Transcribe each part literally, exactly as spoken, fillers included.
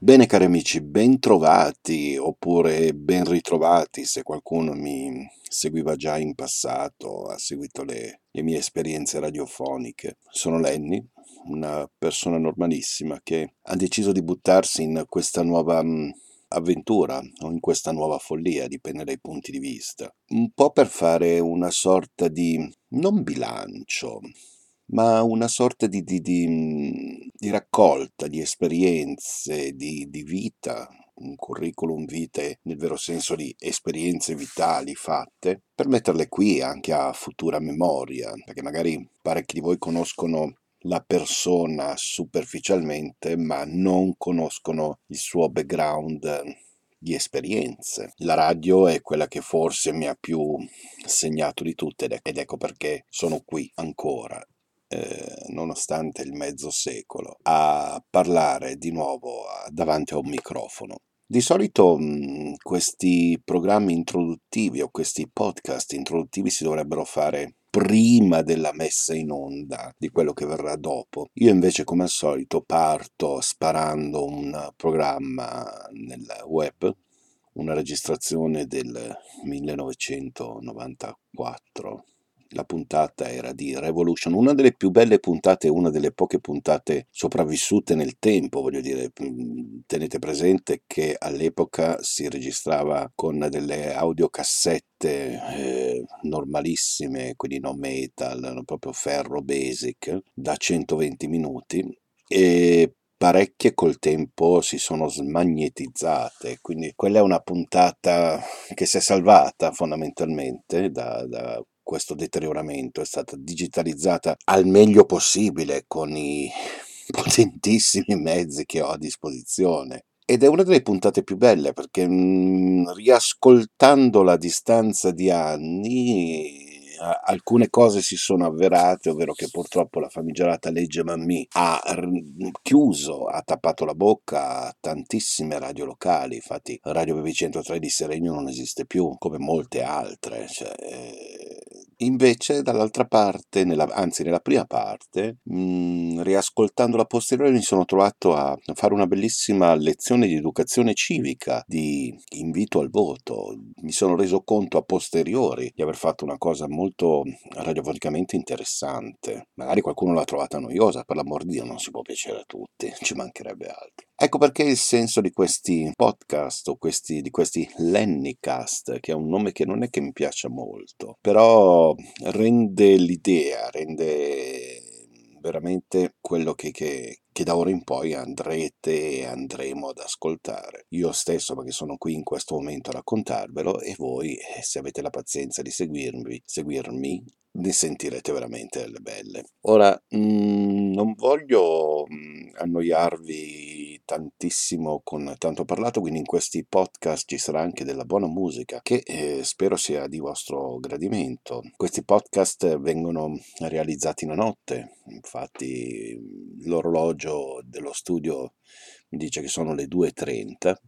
Bene cari amici, bentrovati oppure ben ritrovati se qualcuno mi seguiva già in passato, ha seguito le, le mie esperienze radiofoniche. Sono Lenny, una persona normalissima che ha deciso di buttarsi in questa nuova mh, avventura o in questa nuova follia, dipende dai punti di vista. Un po' per fare una sorta di, non bilancio, ma una sorta di, di, di, mh, di raccolta di esperienze, di, di vita, un curriculum vitae nel vero senso di esperienze vitali fatte, per metterle qui anche a futura memoria, perché magari parecchi di voi conoscono la persona superficialmente, ma non conoscono il suo background di esperienze. La radio è quella che forse mi ha più segnato di tutte ed, ed ecco perché sono qui ancora. Eh, nonostante il mezzo secolo, a parlare di nuovo a, davanti a un microfono. Di solito mh, questi programmi introduttivi o questi podcast introduttivi si dovrebbero fare prima della messa in onda di quello che verrà dopo. Io invece, come al solito, parto sparando un programma nel web, una registrazione del millenovecentonovantaquattro. La puntata era di Revolution, una delle più belle puntate, una delle poche puntate sopravvissute nel tempo, voglio dire, tenete presente che all'epoca si registrava con delle audiocassette eh, normalissime, quindi no metal, proprio ferro basic, da centoventi minuti, e parecchie col tempo si sono smagnetizzate, quindi quella è una puntata che si è salvata fondamentalmente da, da questo deterioramento, è stata digitalizzata al meglio possibile con i potentissimi mezzi che ho a disposizione. Ed è una delle puntate più belle perché mh, riascoltandola a distanza di anni a- alcune cose si sono avverate, ovvero che purtroppo la famigerata legge Mammì ha r- chiuso, ha tappato la bocca a tantissime radio locali. Infatti Radio B B centotré di Seregno non esiste più, come molte altre. Cioè, eh, invece dall'altra parte, nella, anzi nella prima parte, mh, riascoltandola a posteriore mi sono trovato a fare una bellissima lezione di educazione civica, di invito al voto. Mi sono reso conto a posteriori di aver fatto una cosa molto radiofonicamente interessante. Magari qualcuno l'ha trovata noiosa, per l'amor di Dio non si può piacere a tutti, ci mancherebbe altro. Ecco perché il senso di questi podcast o questi, di questi Lennycast, che è un nome che non è che mi piaccia molto, però rende l'idea, rende veramente quello che, che, che da ora in poi andrete e andremo ad ascoltare. Io stesso, perché sono qui in questo momento a raccontarvelo, e voi, eh, se avete la pazienza di seguirmi, seguirmi ne sentirete veramente delle belle. Ora, mh, non voglio mh, annoiarvi tantissimo con tanto parlato, quindi in questi podcast ci sarà anche della buona musica che eh, spero sia di vostro gradimento. Questi podcast vengono realizzati la notte, infatti l'orologio dello studio mi dice che sono le due e trenta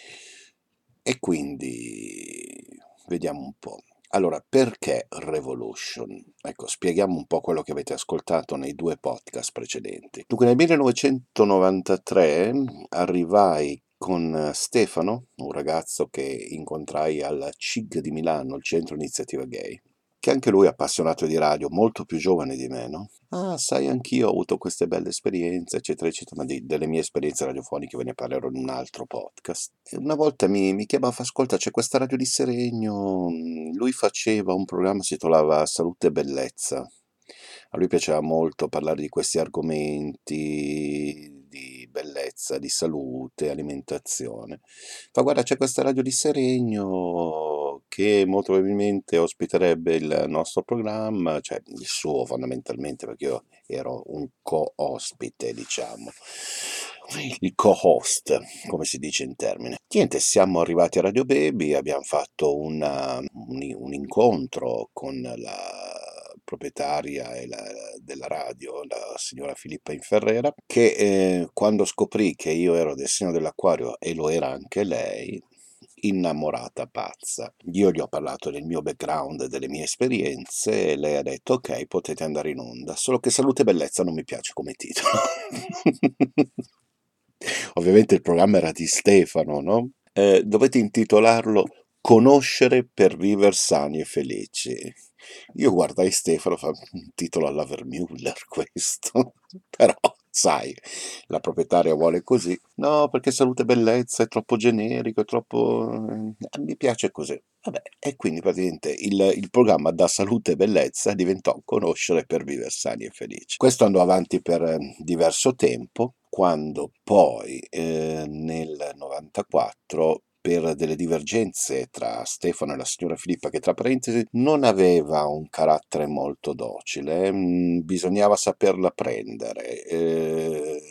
e quindi vediamo un po'. Allora, perché Revolution? Ecco, spieghiamo un po' quello che avete ascoltato nei due podcast precedenti. Dunque, nel millenovecentonovantatré arrivai con Stefano, un ragazzo che incontrai al C I G di Milano, il Centro Iniziativa Gay, che anche lui è appassionato di radio, molto più giovane di me, no? Ah, sai, anch'io ho avuto queste belle esperienze, eccetera, eccetera, ma di- delle mie esperienze radiofoniche ve ne parlerò in un altro podcast. E una volta mi, mi chiamava, fa, ascolta, c'è questa radio di Seregno, mh, lui faceva un programma, si titolava Salute e Bellezza. A lui piaceva molto parlare di questi argomenti di bellezza, di salute, alimentazione. Fa, guarda, c'è questa radio di Seregno che molto probabilmente ospiterebbe il nostro programma, cioè il suo fondamentalmente, perché io ero un co-ospite, diciamo, il co-host, come si dice in termine. Niente, siamo arrivati a Radio Baby, abbiamo fatto una- un, un incontro con la proprietaria e la- della radio, la signora Filippa Inferrera, che eh, quando scoprì che io ero del segno dell'Acquario e lo era anche lei, innamorata pazza. Io gli ho parlato del mio background, delle mie esperienze, e lei ha detto ok, potete andare in onda, solo che Salute e Bellezza non mi piace come titolo. ovviamente il programma era di Stefano, no? Eh, dovete intitolarlo Conoscere per viver sani e felici. Io guardai Stefano, fa un titolo alla Vermeuler questo, però sai, la proprietaria vuole così. No, perché salute e bellezza è troppo generico, è troppo... eh, mi piace così. Vabbè, e quindi praticamente il, il programma da salute e bellezza diventò Conoscere per vivere sani e felici. Questo andò avanti per eh, diverso tempo, quando poi eh, nel novantaquattro, per delle divergenze tra Stefano e la signora Filippa, che tra parentesi non aveva un carattere molto docile, mh, bisognava saperla prendere. eh,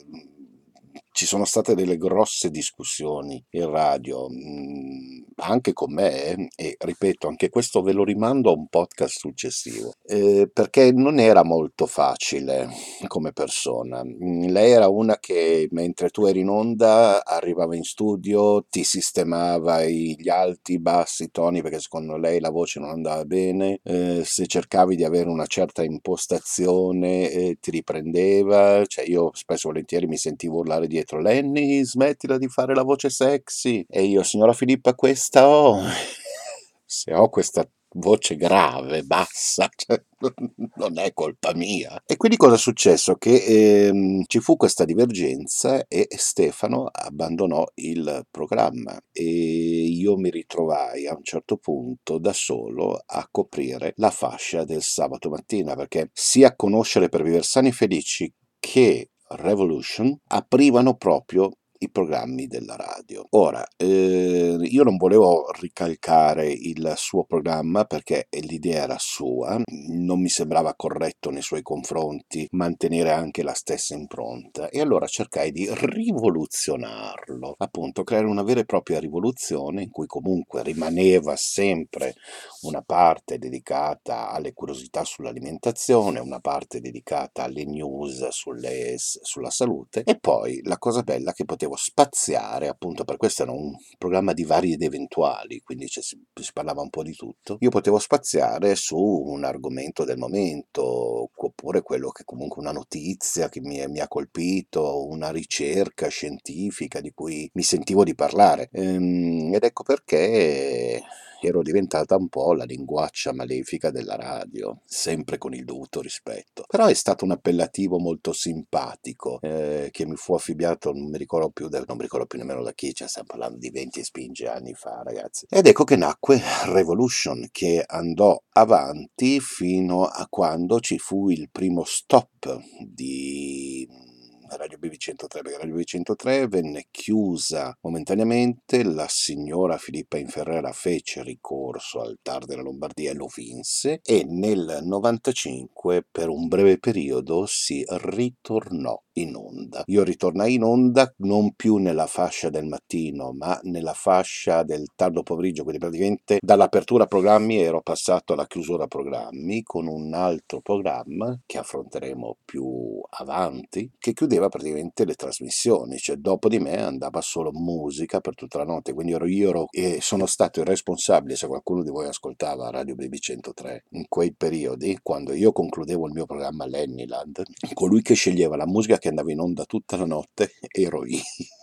ci sono state delle grosse discussioni in radio, mh, anche con me, e ripeto, anche questo ve lo rimando a un podcast successivo, eh, perché non era molto facile come persona. Mm, Lei era una che mentre tu eri in onda arrivava in studio, ti sistemava i- gli alti, i bassi, i toni, perché secondo lei la voce non andava bene, eh, se cercavi di avere una certa impostazione eh, ti riprendeva, cioè io spesso e volentieri mi sentivo urlare dietro: Lenny, smettila di fare la voce sexy, e io: signora Filippa, questa ho, se ho questa voce grave, bassa, cioè, non è colpa mia. E quindi cosa è successo? Che ehm, ci fu questa divergenza e Stefano abbandonò il programma e io mi ritrovai a un certo punto da solo a coprire la fascia del sabato mattina, perché sia Conoscere per vivere sani e felici che Revolution aprivano proprio i programmi della radio. Ora, eh, io non volevo ricalcare il suo programma perché l'idea era sua, non mi sembrava corretto nei suoi confronti mantenere anche la stessa impronta, e allora cercai di rivoluzionarlo, appunto creare una vera e propria rivoluzione in cui comunque rimaneva sempre una parte dedicata alle curiosità sull'alimentazione, una parte dedicata alle news sulle, sulla salute, e poi la cosa bella che potevo spaziare, appunto per questo era un programma di vari ed eventuali, quindi ci si, si parlava un po' di tutto, io potevo spaziare su un argomento del momento, oppure quello che comunque una notizia che mi, mi ha colpito, una ricerca scientifica di cui mi sentivo di parlare. Ehm, ed ecco perché ero diventata un po' la linguaccia malefica della radio, sempre con il dovuto rispetto. Però è stato un appellativo molto simpatico, eh, che mi fu affibbiato, non mi ricordo più, da, non mi ricordo più nemmeno da chi, cioè stiamo parlando di venti e spinge anni fa, ragazzi. Ed ecco che nacque Revolution, che andò avanti fino a quando ci fu il primo stop di Radio B B centotré, perché Radio B B centotré venne chiusa momentaneamente, la signora Filippa Inferrera fece ricorso al TAR della Lombardia e lo vinse, e nel novantacinque per un breve periodo si ritornò in onda. Io ritornai in onda non più nella fascia del mattino, ma nella fascia del tardo pomeriggio, quindi praticamente dall'apertura programmi ero passato alla chiusura programmi con un altro programma che affronteremo più avanti, che chiudeva praticamente le trasmissioni, cioè dopo di me andava solo musica per tutta la notte, quindi ero io ero, e sono stato il responsabile, se qualcuno di voi ascoltava Radio B B centotré in quei periodi, quando io concludevo il mio programma Lennyland, colui che sceglieva la musica che andava in onda tutta la notte ero io.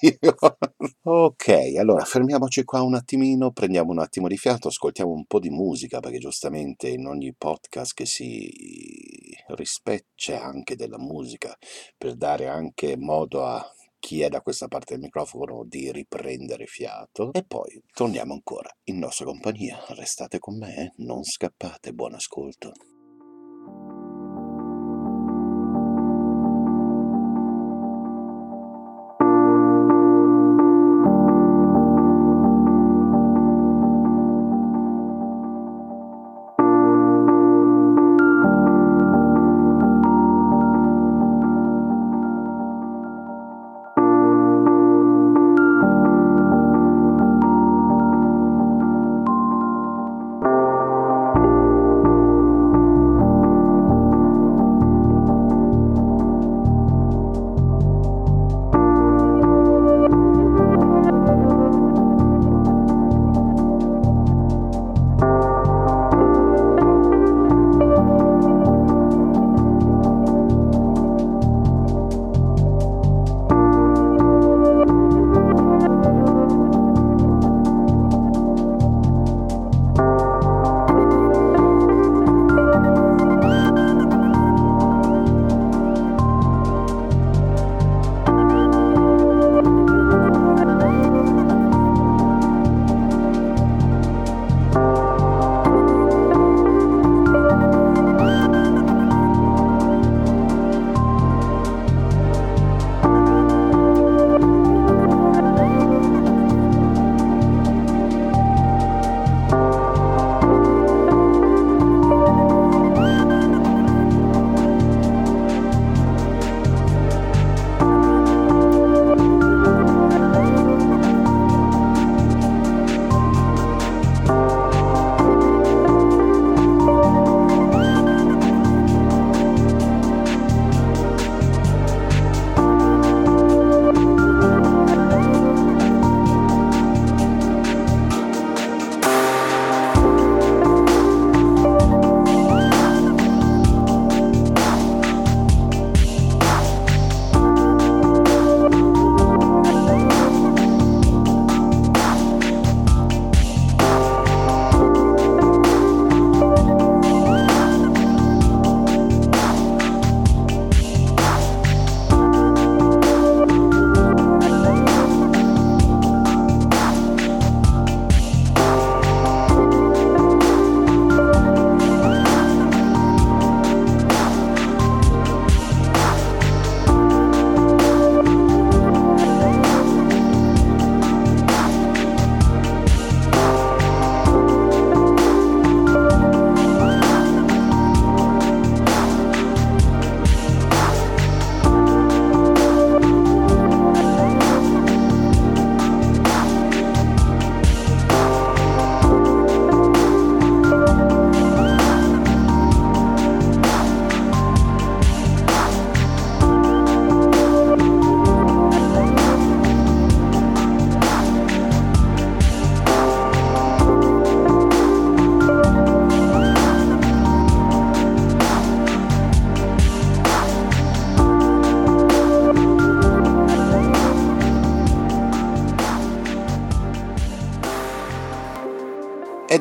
Ok, allora fermiamoci qua un attimino, prendiamo un attimo di fiato, ascoltiamo un po' di musica, perché giustamente in ogni podcast che si rispetta c'è anche della musica, per dare anche modo a chi è da questa parte del microfono di riprendere fiato, e poi torniamo ancora in nostra compagnia. Restate con me, eh? Non scappate, buon ascolto.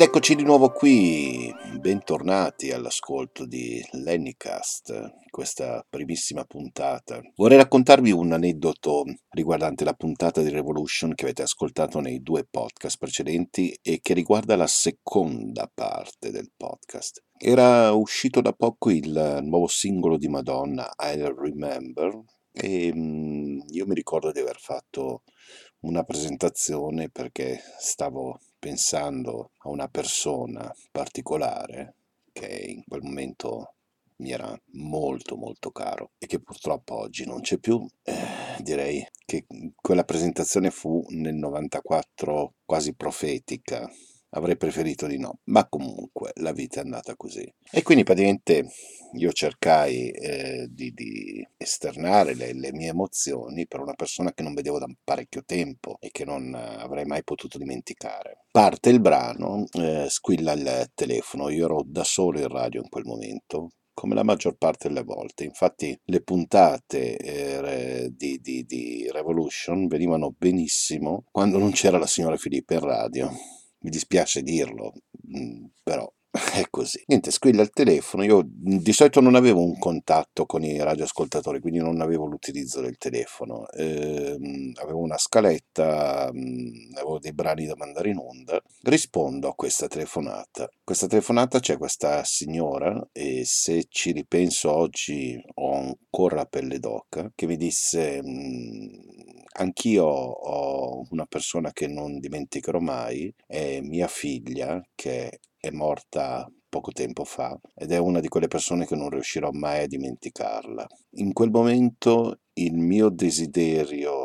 Ed eccoci di nuovo qui, bentornati all'ascolto di Lennycast, questa primissima puntata. Vorrei raccontarvi un aneddoto riguardante la puntata di Revolution che avete ascoltato nei due podcast precedenti e che riguarda la seconda parte del podcast. Era uscito da poco il nuovo singolo di Madonna, I'll Remember, e mm, io mi ricordo di aver fatto una presentazione perché stavo pensando a una persona particolare che in quel momento mi era molto molto caro e che purtroppo oggi non c'è più. Eh, direi che quella presentazione fu nel novantaquattro quasi profetica. Avrei preferito di no, ma comunque la vita è andata così. E quindi praticamente io cercai eh, di, di esternare le, le mie emozioni per una persona che non vedevo da parecchio tempo e che non eh, avrei mai potuto dimenticare. Parte il brano, eh, squilla il telefono, io ero da solo in radio in quel momento, come la maggior parte delle volte. Infatti le puntate eh, di, di, di Revolution venivano benissimo quando non c'era la signora Filippa in radio. Mi dispiace dirlo, mh, però è così. Niente, squilla il telefono. Io mh, di solito non avevo un contatto con i radioascoltatori, quindi non avevo l'utilizzo del telefono. Ehm, avevo una scaletta, mh, avevo dei brani da mandare in onda. Rispondo a questa telefonata. Questa telefonata c'è questa signora e se ci ripenso oggi ho ancora la pelle d'oca che mi disse mh, anch'io ho una persona che non dimenticherò mai, è mia figlia che è morta poco tempo fa ed è una di quelle persone che non riuscirò mai a dimenticarla. In quel momento il mio desiderio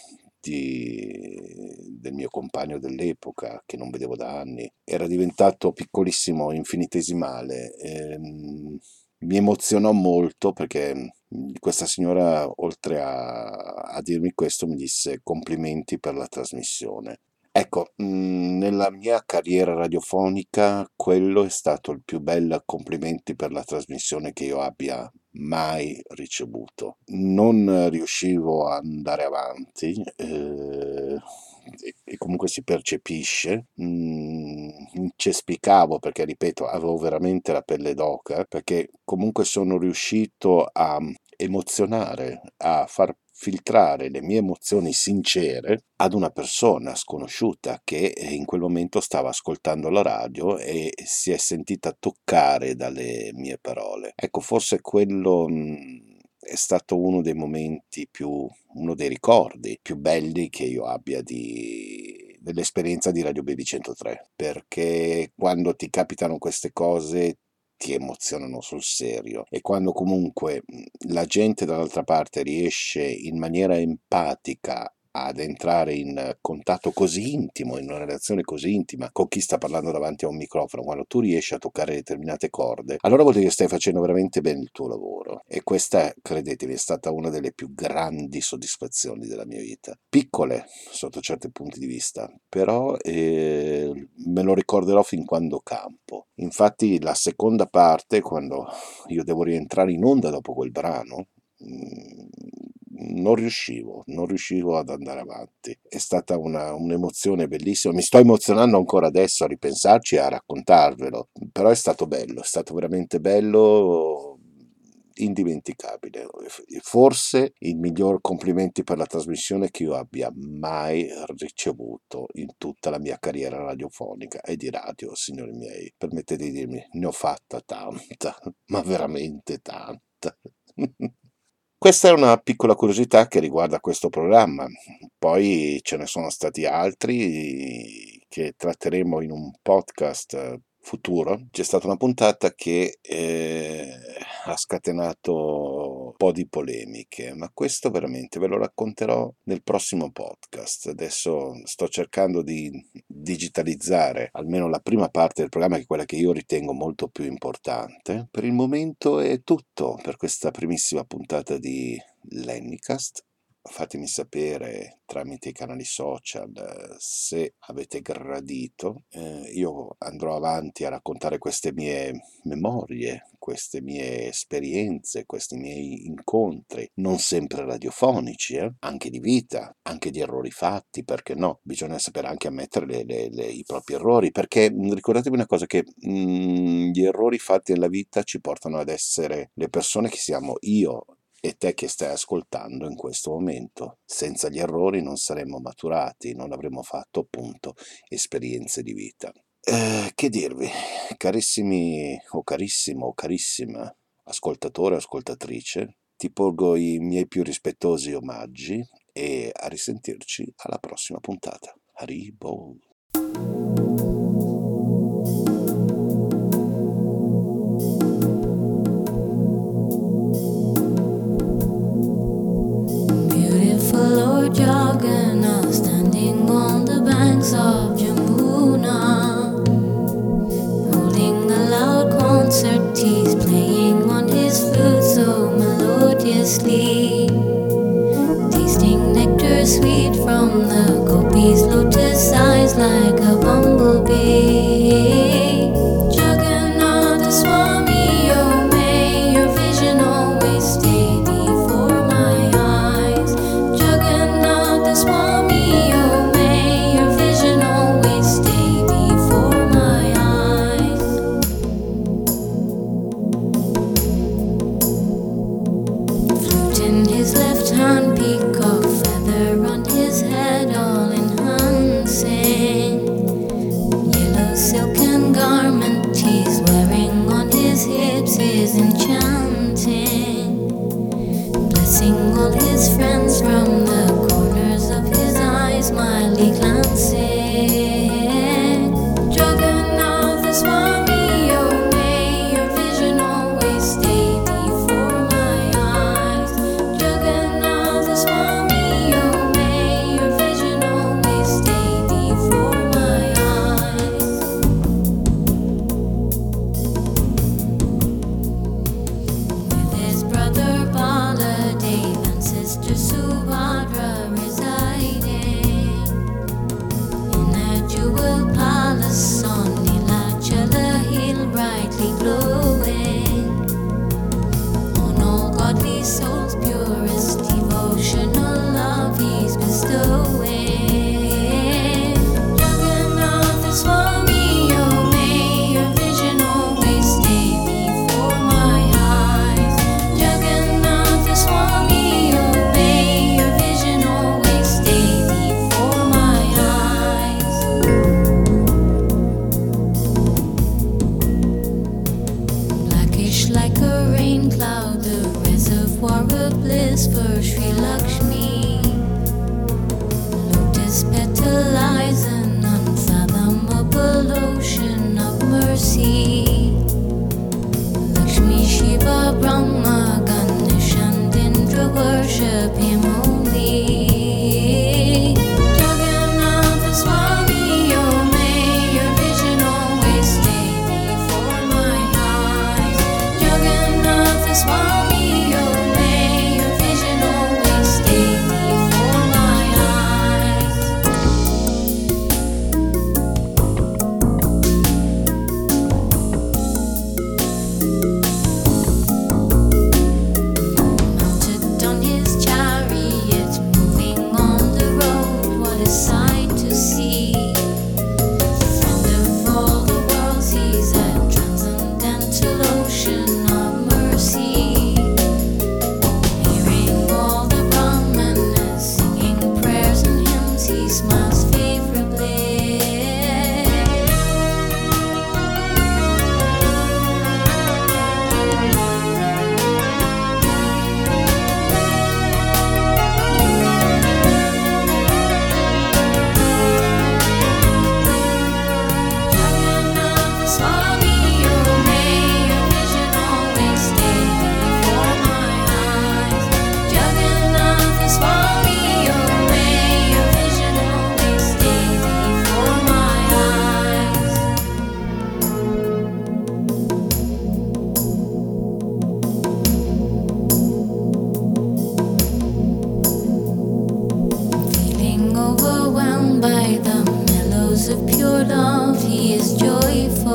di, del mio compagno dell'epoca, che non vedevo da anni, era diventato piccolissimo, infinitesimale. Ehm, mi emozionò molto perché questa signora, oltre a, a dirmi questo, mi disse complimenti per la trasmissione. Ecco, mh, nella mia carriera radiofonica quello è stato il più bel complimenti per la trasmissione che io abbia mai ricevuto. Non riuscivo ad andare avanti, eh, e, e comunque si percepisce, mh, incespicavo perché, ripeto, avevo veramente la pelle d'oca, perché comunque sono riuscito a emozionare, a far filtrare le mie emozioni sincere ad una persona sconosciuta che in quel momento stava ascoltando la radio e si è sentita toccare dalle mie parole. Ecco, forse quello mh, è stato uno dei momenti più, uno dei ricordi più belli che io abbia di, dell'esperienza di Radio Baby centotré, perché quando ti capitano queste cose ti emozionano sul serio e quando comunque la gente dall'altra parte riesce in maniera empatica ad entrare in contatto così intimo, in una relazione così intima con chi sta parlando davanti a un microfono, quando tu riesci a toccare determinate corde, allora vuol dire che stai facendo veramente bene il tuo lavoro. E questa, credetemi, è stata una delle più grandi soddisfazioni della mia vita. Piccole sotto certi punti di vista, però eh, me lo ricorderò fin quando campo. Infatti la seconda parte, quando io devo rientrare in onda dopo quel brano, non riuscivo, non riuscivo ad andare avanti. È stata una, un'emozione bellissima. Mi sto emozionando ancora adesso a ripensarci e a raccontarvelo, però è stato bello, è stato veramente bello, indimenticabile. Forse il miglior complimenti per la trasmissione che io abbia mai ricevuto in tutta la mia carriera radiofonica e di radio, signori miei. Permettete di dirmi, ne ho fatta tanta, ma veramente tanta. Questa è una piccola curiosità che riguarda questo programma, poi ce ne sono stati altri che tratteremo in un podcast futuro. C'è stata una puntata che eh, ha scatenato un po' di polemiche, ma questo veramente ve lo racconterò nel prossimo podcast. Adesso sto cercando di digitalizzare almeno la prima parte del programma, che è quella che io ritengo molto più importante. Per il momento è tutto per questa primissima puntata di Lennycast. fatemi sapere tramite i canali social eh, se avete gradito. Eh, io andrò avanti a raccontare queste mie memorie, queste mie esperienze, questi miei incontri, non sempre radiofonici, eh, anche di vita, anche di errori fatti, perché no? Bisogna sapere anche ammettere le- le- le- i propri errori, perché mh, ricordatevi una cosa, che mh, gli errori fatti nella vita ci portano ad essere le persone che siamo io e te che stai ascoltando in questo momento. Senza gli errori non saremmo maturati, non avremmo fatto appunto esperienze di vita. Eh, che dirvi, carissimi o carissimo o carissima ascoltatore o ascoltatrice, ti porgo i miei più rispettosi omaggi e a risentirci alla prossima puntata. Haribo. Beautiful Lord Jagannath, standing on the banks of Jamuna, holding a loud concert, he's playing on his flute so melodiously, tasting nectar sweet from the gopi's lotus eyes like a bumblebee. Jagannatha Swami, oh may your vision always stay before my eyes. Jagannatha Swami, oh may your vision always stay before my eyes. Flute in his left hand, peacock feather on his head, all enhancing. Yellow silken garment he's wearing on his hips is enchanting, blessing all his friends from the corners of his eyes, mildly glancing. Jagannatha Swami, oh may your vision always stay before my eyes. Jagannatha Swami, oh may your vision always stay before my eyes. With his brother Baladev and sister Subhadra residing in a jewel palace on Nilachala hill, brightly glowing. On all godly souls, purest devotional love he's bestowing. Jagannatha Swami, oh may your vision always stay before my eyes. Jagannatha Swami, oh may your vision always stay before my eyes. Blackish like a rain cloud, the reservoir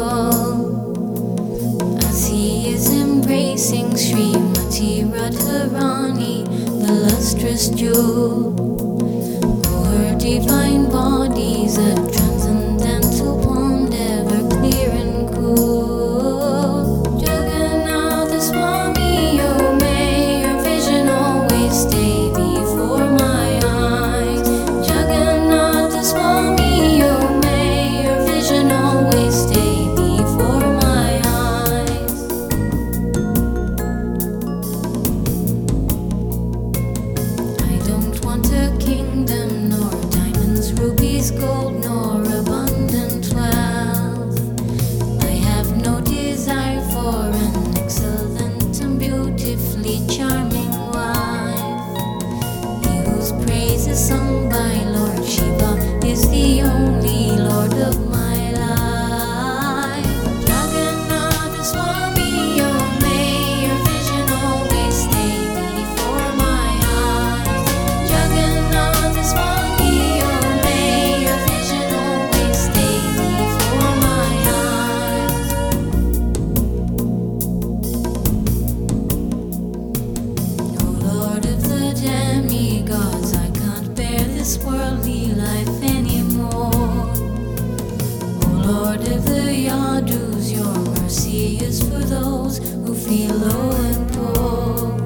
as he is embracing Srimati Radharani, the lustrous jewel. Oh, her divine body's a transcendental pond, ever clear and cool. Jagannatha Swami, oh, may your vision always stay before my eyes. Jagannatha Swami, oh, may your vision always stay before my eyes. I don't want a kingdom, nor diamonds, rubies, gold, nor abundant wealth. I have no desire for an excellent and beautifully charming wife. He whose praise is sung by Lord Shiva is the only Lord of my life. Jagannatha Swami, oh, may your vision always stay before my eyes. Jagannatha Swami, oh, may your vision always stay before my eyes. Oh, Lord of the demigods, I can't bear this worldly life anymore. Oh, Lord of the Yadus, your mercy is for those who feel low and poor.